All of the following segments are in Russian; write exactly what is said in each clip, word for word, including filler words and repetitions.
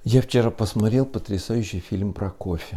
Я вчера посмотрел потрясающий фильм про кофе.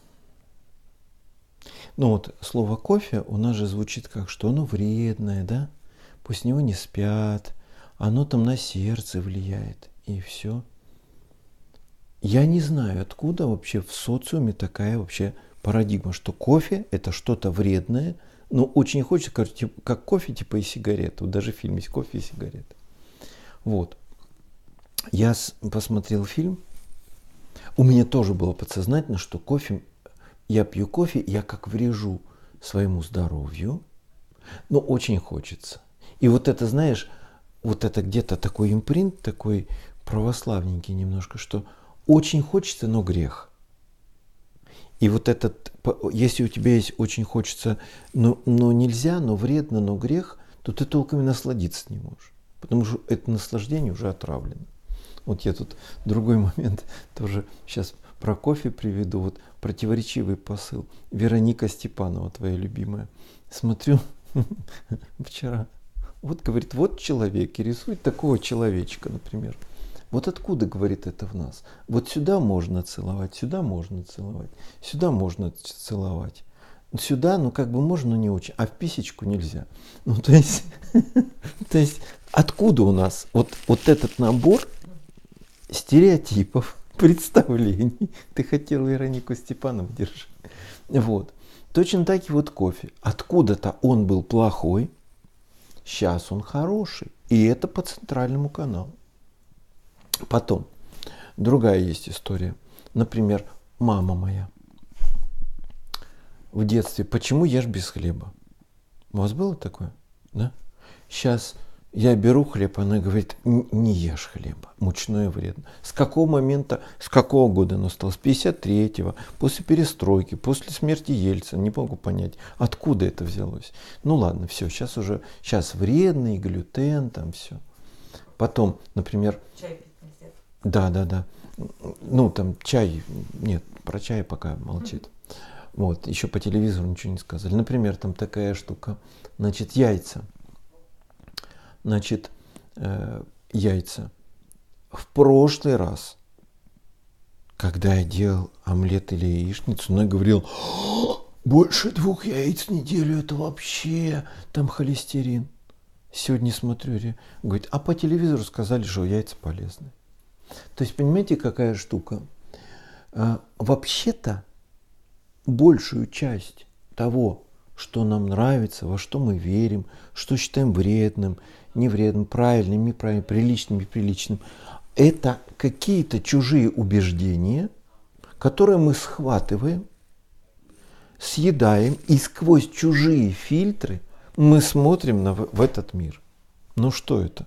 Ну вот слово кофе у нас же звучит как, что оно вредное, да? Пусть него не спят, оно там на сердце влияет и все. Я не знаю, откуда вообще в социуме такая вообще парадигма, что кофе это что-то вредное, но очень хочется, как, типа, как кофе типа и сигареты. Вот даже в фильме есть кофе и сигареты. Вот. Я посмотрел фильм, у меня тоже было подсознательно, что кофе, я пью кофе, я как врежу своему здоровью, но очень хочется. И вот это, знаешь, вот это где-то такой импринт, такой православненький немножко, что очень хочется, но грех. И вот этот, если у тебя есть очень хочется, но, но нельзя, но вредно, но грех, то ты толком и насладиться не можешь. Потому что это наслаждение уже отравлено. Вот я тут другой момент тоже сейчас про кофе приведу. Вот противоречивый посыл. Вероника Степанова, твоя любимая. Смотрю вчера. Вот говорит, вот человек и рисует такого человечка, например. Вот откуда, говорит, это в нас? Вот сюда можно целовать, сюда можно целовать, сюда можно целовать. Сюда, ну как бы можно, но не очень, а в писечку нельзя. Ну то есть, то есть откуда у нас вот, вот этот набор стереотипов, представлений? Ты хотел Веронику Степанову держать. Вот. Точно так и вот кофе. Откуда-то он был плохой, сейчас он хороший. И это по центральному каналу. Потом, другая есть история. Например, мама моя в детстве, почему ешь без хлеба? У вас было такое? Да? Сейчас я беру хлеб, она говорит, не ешь хлеба, мучное вредно. С какого момента, с какого года оно стало? С пятьдесят третьего, после перестройки, после смерти Ельцина, не могу понять, откуда это взялось. Ну ладно, все, сейчас уже, сейчас вредный, глютен, там все. Потом, например... Чай пить нельзя. Да, да, да. Ну, там чай, нет, про чай пока молчит. Mm-hmm. Вот, еще по телевизору ничего не сказали. Например, там такая штука, значит, яйца. Значит, э, яйца. В прошлый раз, когда я делал омлет или яичницу, она говорила, больше двух яиц в неделю, это вообще там холестерин. Сегодня смотрю, говорит, а по телевизору сказали, что яйца полезны. То есть, понимаете, какая штука? А, вообще-то, большую часть того, что нам нравится, во что мы верим, что считаем вредным, невредным, правильным, неправильным, приличным, неприличным, это какие-то чужие убеждения, которые мы схватываем, съедаем, и сквозь чужие фильтры мы смотрим на, в этот мир. Ну что это?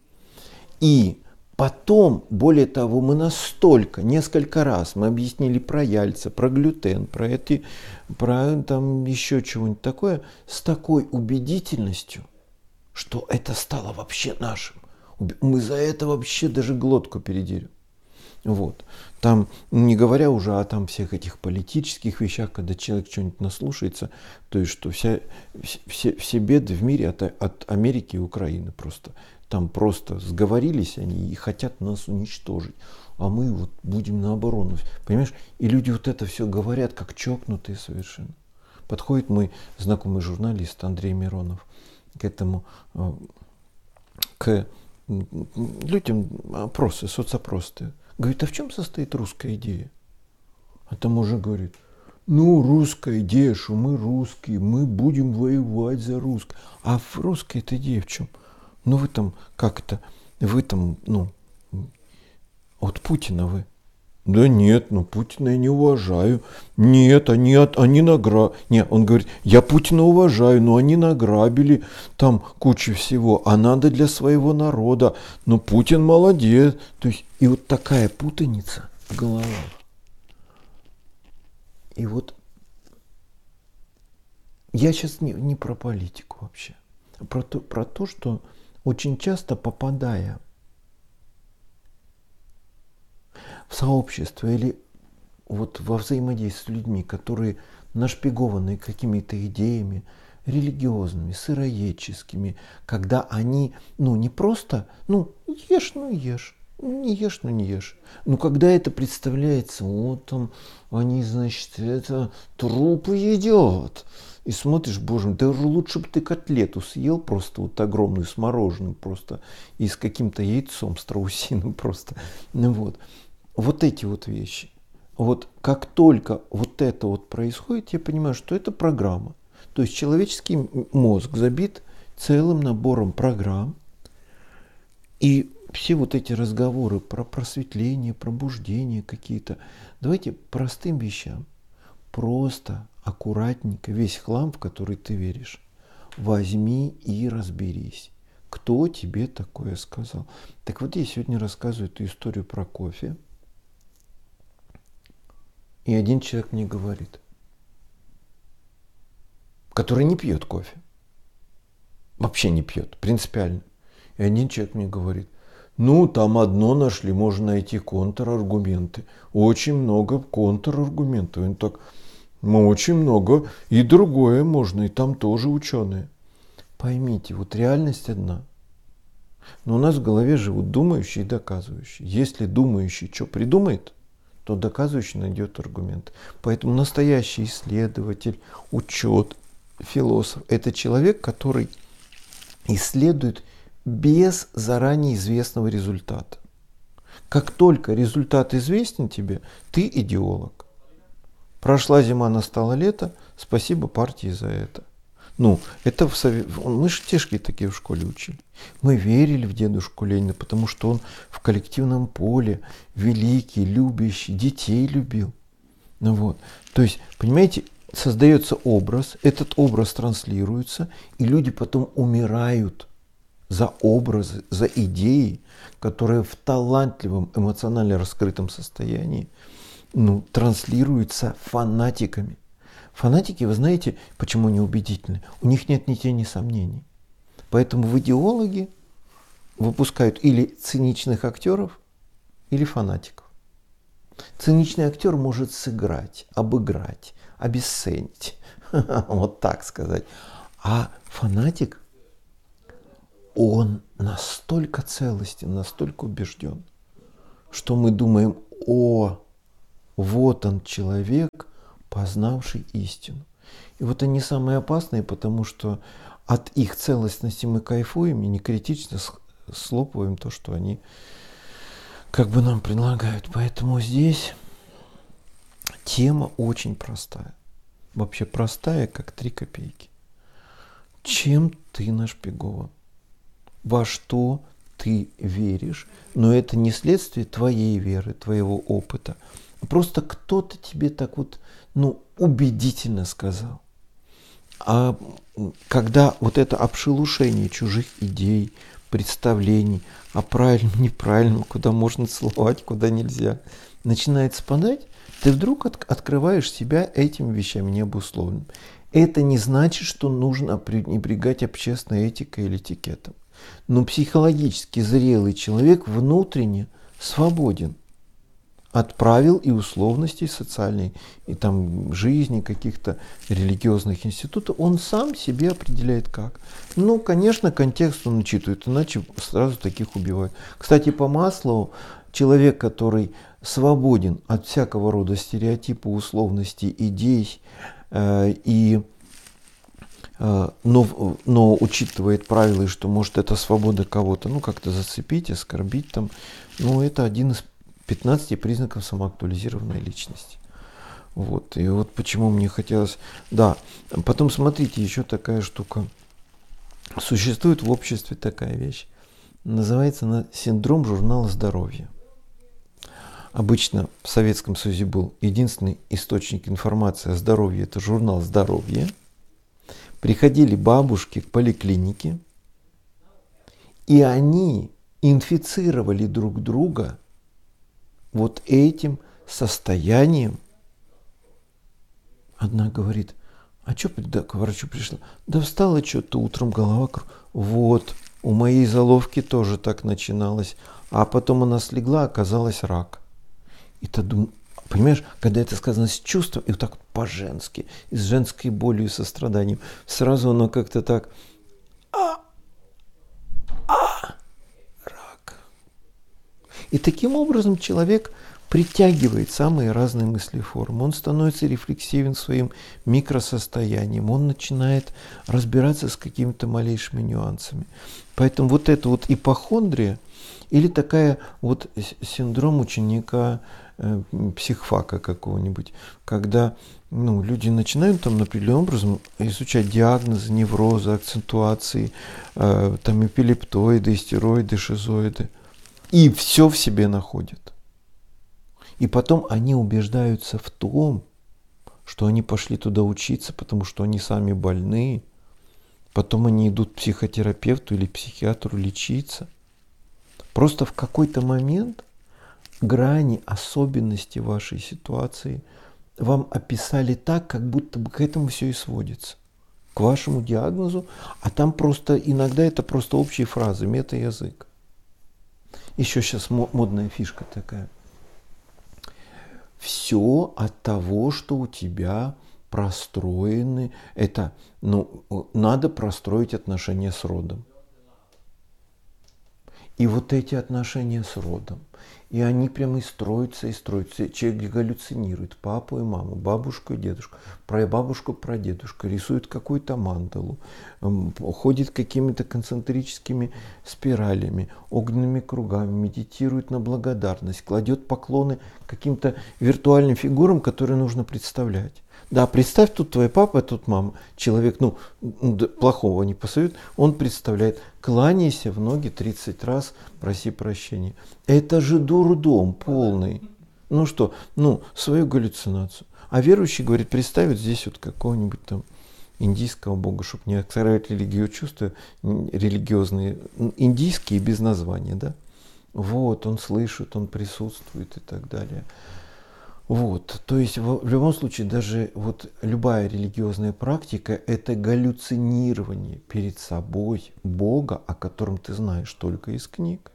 И потом, более того, мы настолько, несколько раз мы объяснили про яйца, про глютен, про эти, про там еще чего-нибудь такое, с такой убедительностью, что это стало вообще нашим. Мы за это вообще даже глотку передерем. Вот. Там, не говоря уже о там всех этих политических вещах, когда человек что-нибудь наслушается, то есть, что вся, все, все беды в мире от, от Америки и Украины просто. Там просто сговорились они и хотят нас уничтожить. А мы вот будем на оборону. Понимаешь? И люди вот это все говорят, как чокнутые совершенно. Подходит мой знакомый журналист Андрей Миронов к этому, к людям, опросы, соцопросы. Говорит, а в чем состоит русская идея? А там уже говорит, ну, русская идея, что мы русские, мы будем воевать за русских. А в русской эта идея в чем? Ну, вы там, как это, вы там, ну, от Путина вы. Да нет, ну Путина я не уважаю. Нет, они, они награбили. Нет, он говорит, я Путина уважаю, но они награбили там кучу всего. А надо для своего народа. Но Путин молодец. То есть, и вот такая путаница в головах. И вот я сейчас не, не про политику вообще. А про то, про то, что очень часто попадая в сообщество или вот во взаимодействии с людьми, которые нашпигованы какими-то идеями религиозными, сыроедческими, когда они, ну, не просто, ну, ешь, ну, ешь. Ну, не ешь, ну не ешь. Но когда это представляется, вот там они, значит, это трупы едят. И смотришь, боже мой, да лучше бы ты котлету съел просто вот огромную с мороженым просто и с каким-то яйцом страусиным просто. Ну вот. Вот эти вот вещи. Вот как только вот это вот происходит, я понимаю, что это программа. То есть человеческий мозг забит целым набором программ. И все вот эти разговоры про просветление, пробуждение какие-то, давайте простым вещам. Просто аккуратненько весь хлам, в который ты веришь, возьми и разберись. Кто тебе такое сказал? Так вот, я сегодня рассказываю эту историю про кофе. И один человек мне говорит, который не пьет кофе. Вообще не пьет, принципиально. И один человек мне говорит, ну, там одно нашли, можно найти контраргументы. Очень много контраргументов. Он так, ну, очень много. И другое можно, и там тоже ученые. Поймите, вот реальность одна. Но у нас в голове живут думающие и доказывающие. Если думающий что придумает, то доказывающий найдет аргумент. Поэтому настоящий исследователь, учет, философ – это человек, который исследует без заранее известного результата. Как только результат известен тебе, ты идеолог. Прошла зима, настало лето, спасибо партии за это. Ну, это в совет... мы же тешки такие в школе учили. Мы верили в дедушку Ленина, потому что он в коллективном поле великий, любящий, детей любил. Ну вот. То есть, понимаете, создается образ, этот образ транслируется, и люди потом умирают за образы, за идеи, которые в талантливом, эмоционально раскрытом состоянии ну, транслируются фанатиками. Фанатики, вы знаете, почему они убедительны? У них нет ни тени сомнений. Поэтому в идеологи выпускают или циничных актеров, или фанатиков. Циничный актер может сыграть, обыграть, обесценить, вот так сказать. А фанатик, он настолько целостен, настолько убежден, что мы думаем, о, вот он человек, познавший истину. И вот они самые опасные, потому что от их целостности мы кайфуем и не критично слопываем то, что они как бы нам предлагают. Поэтому здесь тема очень простая. Вообще простая, как три копейки. Чем ты нашпигован? Во что ты веришь? Но это не следствие твоей веры, твоего опыта. Просто кто-то тебе так вот, ну, убедительно сказал. А когда вот это обшелушение чужих идей, представлений о правильном, неправильном, куда можно целовать, куда нельзя, начинает спадать, ты вдруг от, открываешь себя этими вещами необусловленными. Это не значит, что нужно пренебрегать общественной этикой или этикетом. Но психологически зрелый человек внутренне свободен от правил и условностей социальной и там жизни, каких-то религиозных институтов. Он сам себе определяет как. Ну, конечно, контекст он учитывает, иначе сразу таких убивают. Кстати, по Маслоу человек, который свободен от всякого рода стереотипов, условностей, идей э, и э, но, но учитывает правила, и что может эта свобода кого-то ну как-то зацепить, оскорбить там, ну это один из пятнадцати признаков самоактуализированной личности. Вот. И вот почему мне хотелось... Да, потом смотрите, еще такая штука. Существует в обществе такая вещь. Называется она синдром журнала здоровья. Обычно в Советском Союзе был единственный источник информации о здоровье. Это журнал «Здоровье». Приходили бабушки к поликлинике, и они инфицировали друг друга вот этим состоянием. Одна говорит, а что да, к врачу пришла? Да встала что-то утром, голова круг. Вот, у моей заловки тоже так начиналось. А потом она слегла, оказалось рак. И ты думаешь, понимаешь, когда это сказано с чувством, и вот так вот по-женски, и с женской болью и состраданием, сразу оно как-то так, а, а, рак. И таким образом человек притягивает самые разные мысли и формы. Он становится рефлексивен своим микросостоянием, он начинает разбираться с какими-то малейшими нюансами. Поэтому вот это вот ипохондрия или такая вот синдром ученика э, психфака какого-нибудь, когда ну, люди начинают там определенным образом изучать диагнозы, неврозы, акцентуации, э, там эпилептоиды, истероиды, шизоиды, и все в себе находят. И потом они убеждаются в том, что они пошли туда учиться, потому что они сами больны. Потом они идут к психотерапевту или психиатру лечиться. Просто в какой-то момент грани, особенности вашей ситуации вам описали так, как будто бы к этому все и сводится. К вашему диагнозу, а там просто, иногда это просто общие фразы, мета-язык. Еще сейчас модная фишка такая. Все от того, что у тебя простроены, это, ну, надо простроить отношения с родом. И вот эти отношения с родом, и они прямо и строятся, и строятся. Человек галлюцинирует папу и маму, бабушку и дедушку, прабабушку, прадедушку, рисует какую-то мандалу, ходит какими-то концентрическими спиралями, огненными кругами, медитирует на благодарность, кладет поклоны каким-то виртуальным фигурам, которые нужно представлять. Да, представь, тут твой папа, тут мама. Человек, ну, плохого не посоветует, он представляет, кланяйся в ноги тридцать раз, проси прощения. Это же дурдом полный. Ну что, ну, свою галлюцинацию. А верующий говорит, представить здесь вот какого-нибудь там индийского бога, чтобы не оскорблять религию, чувства религиозные, индийские без названия, да? Вот, он слышит, он присутствует и так далее. Вот, то есть в, в любом случае даже вот любая религиозная практика – это галлюцинирование перед собой Бога, о котором ты знаешь только из книг.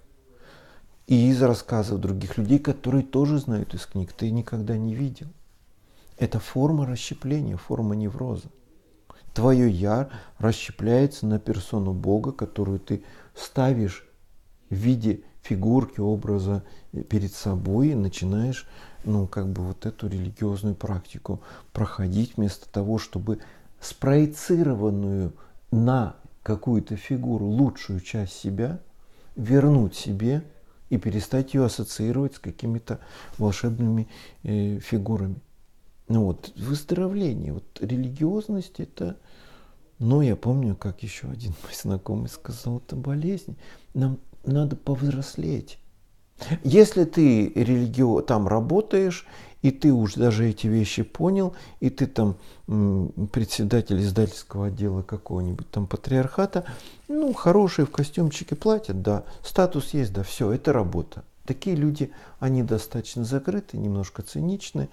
И из рассказов других людей, которые тоже знают из книг, ты никогда не видел. Это форма расщепления, форма невроза. Твое «я» расщепляется на персону Бога, которую ты ставишь в виде фигурки, образа перед собой и начинаешь, ну, как бы вот эту религиозную практику проходить вместо того, чтобы спроецированную на какую-то фигуру лучшую часть себя вернуть себе и перестать ее ассоциировать с какими-то волшебными э, фигурами. Ну вот, выздоровление, вот религиозность это, ну, я помню, как еще один мой знакомый сказал, это болезнь, нам надо повзрослеть. Если ты религио, там работаешь, и ты уж даже эти вещи понял, и ты там м, председатель издательского отдела какого-нибудь там патриархата, ну, хорошие в костюмчике платят, да, статус есть, да, все, это работа. Такие люди, они достаточно закрыты, немножко циничны,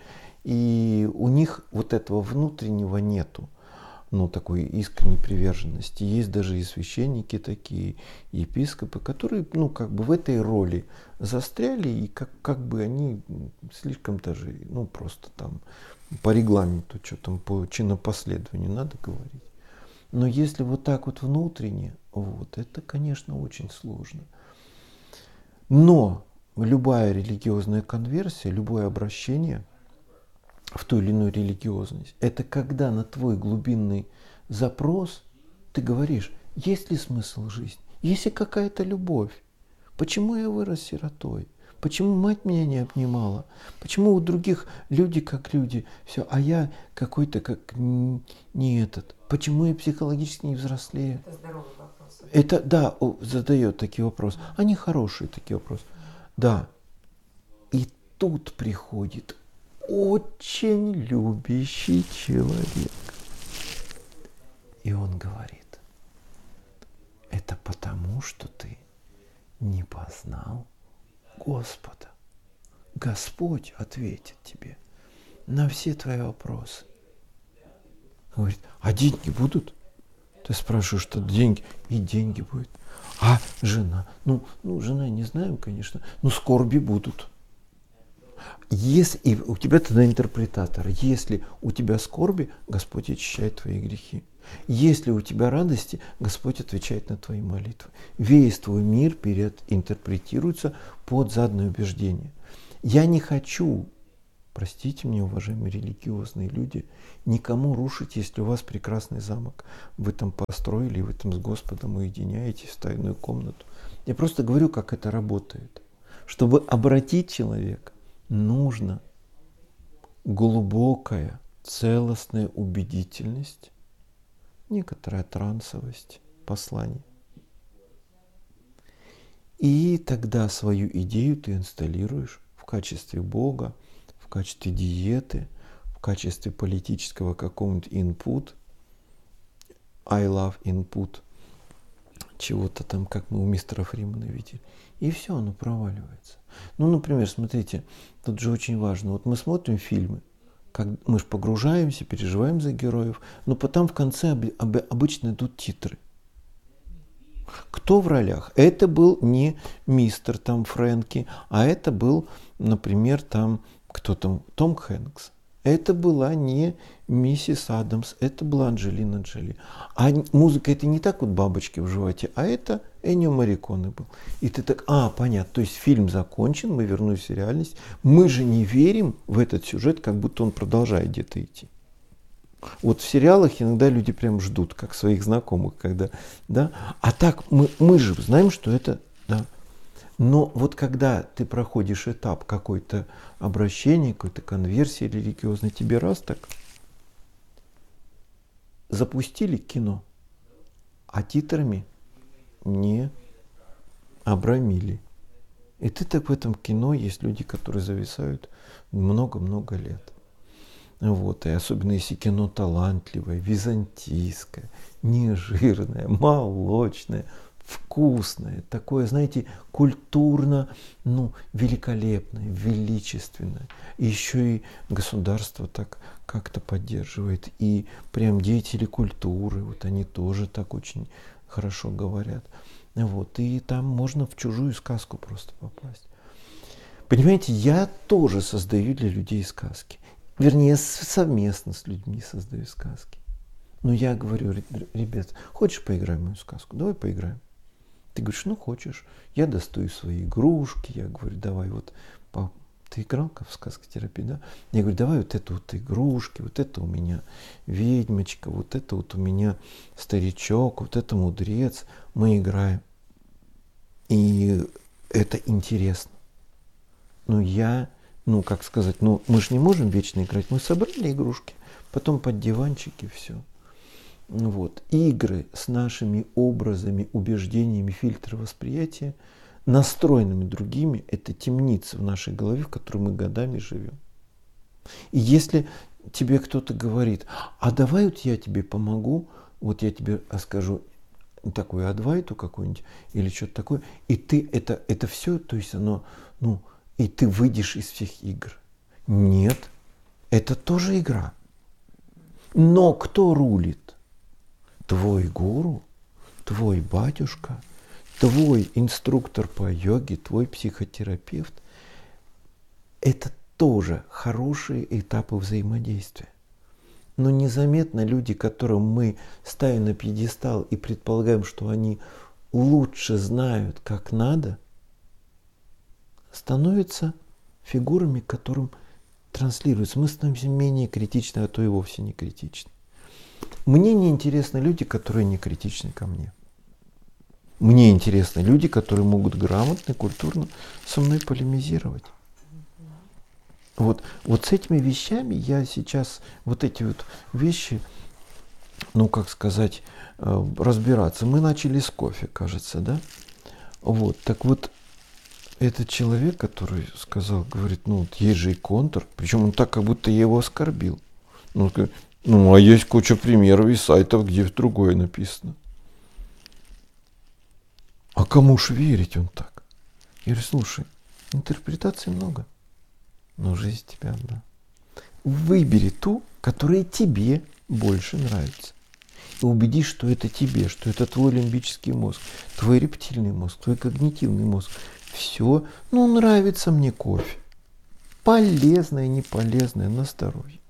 и у них вот этого внутреннего нету. Ну, такой искренней приверженности. Есть даже и священники такие, и епископы, которые, ну, как бы в этой роли застряли, и как, как бы они слишком даже, ну, просто там по регламенту, что там по чинопоследованию надо говорить. Но если вот так вот внутренне, вот, это, конечно, очень сложно. Но любая религиозная конверсия, любое обращение в ту или иную религиозность, это когда на твой глубинный запрос ты говоришь, есть ли смысл жизни, есть ли какая-то любовь, почему я вырос сиротой, почему мать меня не обнимала, почему у других люди как люди, все, а я какой-то как не этот, почему я психологически не взрослею. Это здоровый вопрос. Это, да, задает такие вопросы, они хорошие такие вопросы, да, и тут приходит очень любящий человек. И он говорит, это потому, что ты не познал Господа. Господь ответит тебе на все твои вопросы. Говорит, а деньги будут? Ты спрашиваешь, что деньги? И деньги будут. А жена? Ну, ну жена не знаем, конечно, но скорби будут. Если, и у тебя тогда интерпретатор, если у тебя скорби, Господь очищает твои грехи. Если у тебя радости, Господь отвечает на твои молитвы. Весь твой мир интерпретируется под заданное убеждение. Я не хочу, простите меня, уважаемые религиозные люди, никому рушить, если у вас прекрасный замок. Вы там построили, вы там с Господом уединяетесь в тайную комнату. Я просто говорю, как это работает. Чтобы обратить человека, нужно глубокая, целостная убедительность, некоторая трансовость посланий. И тогда свою идею ты инсталируешь в качестве Бога, в качестве диеты, в качестве политического какого-нибудь input, I love input, чего-то там, как мы у мистера Фримана видели. И все, оно проваливается. Ну, например, смотрите, тут же очень важно. Вот мы смотрим фильмы, как мы же погружаемся, переживаем за героев, но потом в конце об, об, обычно идут титры. Кто в ролях? Это был не мистер там Фрэнки, а это был, например, там кто там, Том Хэнкс. Это была не миссис Адамс, это была Анджелина Джоли. А музыка это не так вот бабочки в животе, а это Эннио Морриконе был. И ты так, а, понятно, то есть фильм закончен, мы вернулись в реальность. Мы же не верим в этот сюжет, как будто он продолжает где-то идти. Вот в сериалах иногда люди прям ждут, как своих знакомых, когда, да. А так мы, мы же знаем, что это, да. Но вот когда ты проходишь этап какой-то обращения, какой-то конверсии религиозной, тебе раз так запустили кино, а титрами не обрамили. И ты так в этом кино, есть люди, которые зависают много-много лет. Вот. И особенно если кино талантливое, византийское, нежирное, молочное, вкусное, такое, знаете, культурно, ну, великолепное, величественное. И еще и государство так как-то поддерживает. И прям деятели культуры, вот они тоже так очень хорошо говорят. Вот. И там можно в чужую сказку просто попасть. Понимаете, я тоже создаю для людей сказки. Вернее, совместно с людьми создаю сказки. Но я говорю, ребят, хочешь поиграем в мою сказку? Давай поиграем. Ты говоришь, ну хочешь. Я достаю свои игрушки. Я говорю, давай вот, пап, ты играл в сказкотерапии, да? Я говорю, давай вот это вот игрушки, вот это у меня ведьмочка, вот это вот у меня старичок, вот это мудрец. Мы играем. И это интересно. Но я, ну как сказать, ну мы же не можем вечно играть. Мы собрали игрушки, потом под диванчики, все. Вот. Игры с нашими образами, убеждениями, фильтры восприятия, настроенными другими, это темница в нашей голове, в которой мы годами живем. И если тебе кто-то говорит, а давай вот я тебе помогу, вот я тебе скажу такую адвайту какую-нибудь или что-то такое, и ты это, это все, то есть оно, ну, и ты выйдешь из всех игр. Нет, это тоже игра. Но кто рулит? Твой гуру, твой батюшка, твой инструктор по йоге, твой психотерапевт. Это тоже хорошие этапы взаимодействия. Но незаметно люди, которым мы ставим на пьедестал и предполагаем, что они лучше знают, как надо, становятся фигурами, к которым транслируется. Мы становимся менее критичны, а то и вовсе не критичны. Мне не интересны люди, которые не критичны ко мне. Мне интересны люди, которые могут грамотно, культурно со мной полемизировать. Вот, вот с этими вещами я сейчас, вот эти вот вещи, ну как сказать, разбираться. Мы начали с кофе, кажется, да? Вот, так вот, этот человек, который сказал, говорит, ну вот есть же и контур, причем он так, как будто я его оскорбил. Ну, ну а есть куча примеров и сайтов, где другое написано. А кому ж верить он так? Я говорю, слушай, интерпретаций много, но жизнь тебя одна. Выбери ту, которая тебе больше нравится. И убедись, что это тебе, что это твой лимбический мозг, твой рептильный мозг, твой когнитивный мозг. Все, ну нравится мне кофе. Полезное, не полезное, на здоровье.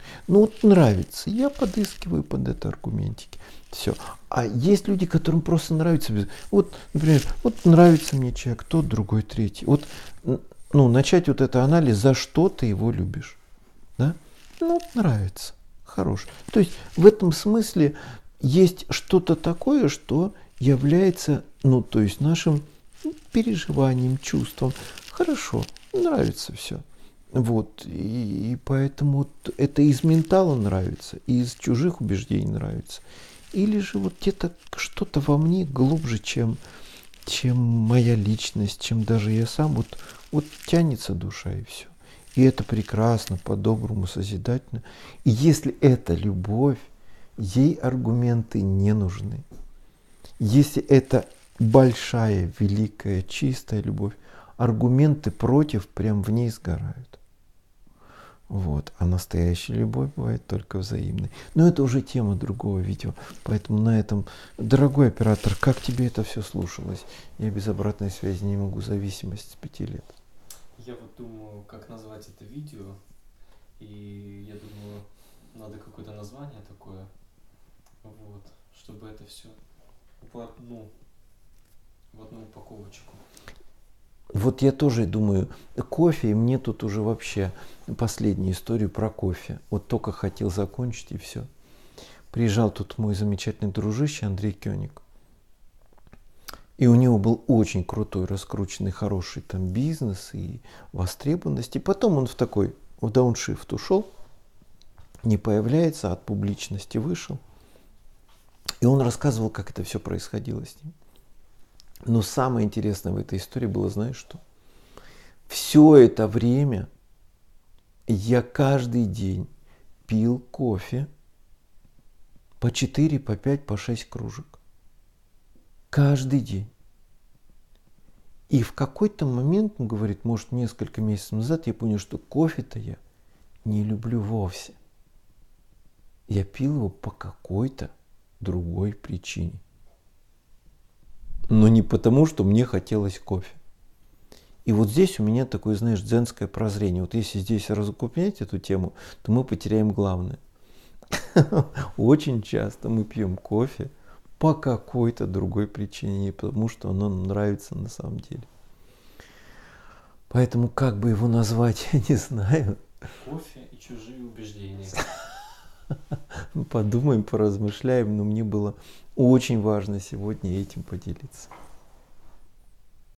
Ну вот нравится, я подыскиваю под это аргументики. Все. А есть люди, которым просто нравится. Вот, например, вот нравится мне человек, тот, другой, третий. Вот, ну, начать вот этот анализ, за что ты его любишь. Да? Ну, нравится. Хорош. То есть в этом смысле есть что-то такое, что является, ну, то есть нашим переживанием, чувством. Хорошо, нравится все. Вот, и, и поэтому вот это из ментала нравится, и из чужих убеждений нравится. Или же вот где-то что-то во мне глубже, чем, чем моя личность, чем даже я сам. Вот, вот тянется душа и все. И это прекрасно, по-доброму, созидательно. И если это любовь, ей аргументы не нужны. Если это большая, великая, чистая любовь, аргументы против прям в ней сгорают. Вот. А настоящая любовь бывает только взаимной. Но это уже тема другого видео. Поэтому на этом, дорогой оператор, как тебе это все слушалось? Я без обратной связи не могу, зависимость с пяти лет. Я вот думаю, как назвать это видео. И я думаю, надо какое-то название такое. Вот. Чтобы это все в одну, в одну упаковочку. Вот я тоже думаю, кофе, и мне тут уже вообще последнюю историю про кофе. Вот только хотел закончить, и все. Приезжал тут мой замечательный дружище Андрей Кёник. И у него был очень крутой, раскрученный, хороший там бизнес и востребованность. И потом он в такой, в дауншифт ушел, не появляется, от публичности вышел. И он рассказывал, как это все происходило с ним. Но самое интересное в этой истории было, знаешь что? Все это время я каждый день пил кофе по четыре, по пять, по шесть кружек. Каждый день. И в какой-то момент, он говорит, может, несколько месяцев назад, я понял, что кофе-то я не люблю вовсе. Я пил его по какой-то другой причине. Но не потому, что мне хотелось кофе. И вот здесь у меня такое, знаешь, дзенское прозрение. Вот если здесь разукрупнять эту тему, то мы потеряем главное. Очень часто мы пьем кофе по какой-то другой причине, не потому что оно нам нравится на самом деле. Поэтому как бы его назвать, я не знаю. Кофе и чужие убеждения. Подумаем, поразмышляем, но мне было очень важно сегодня этим поделиться.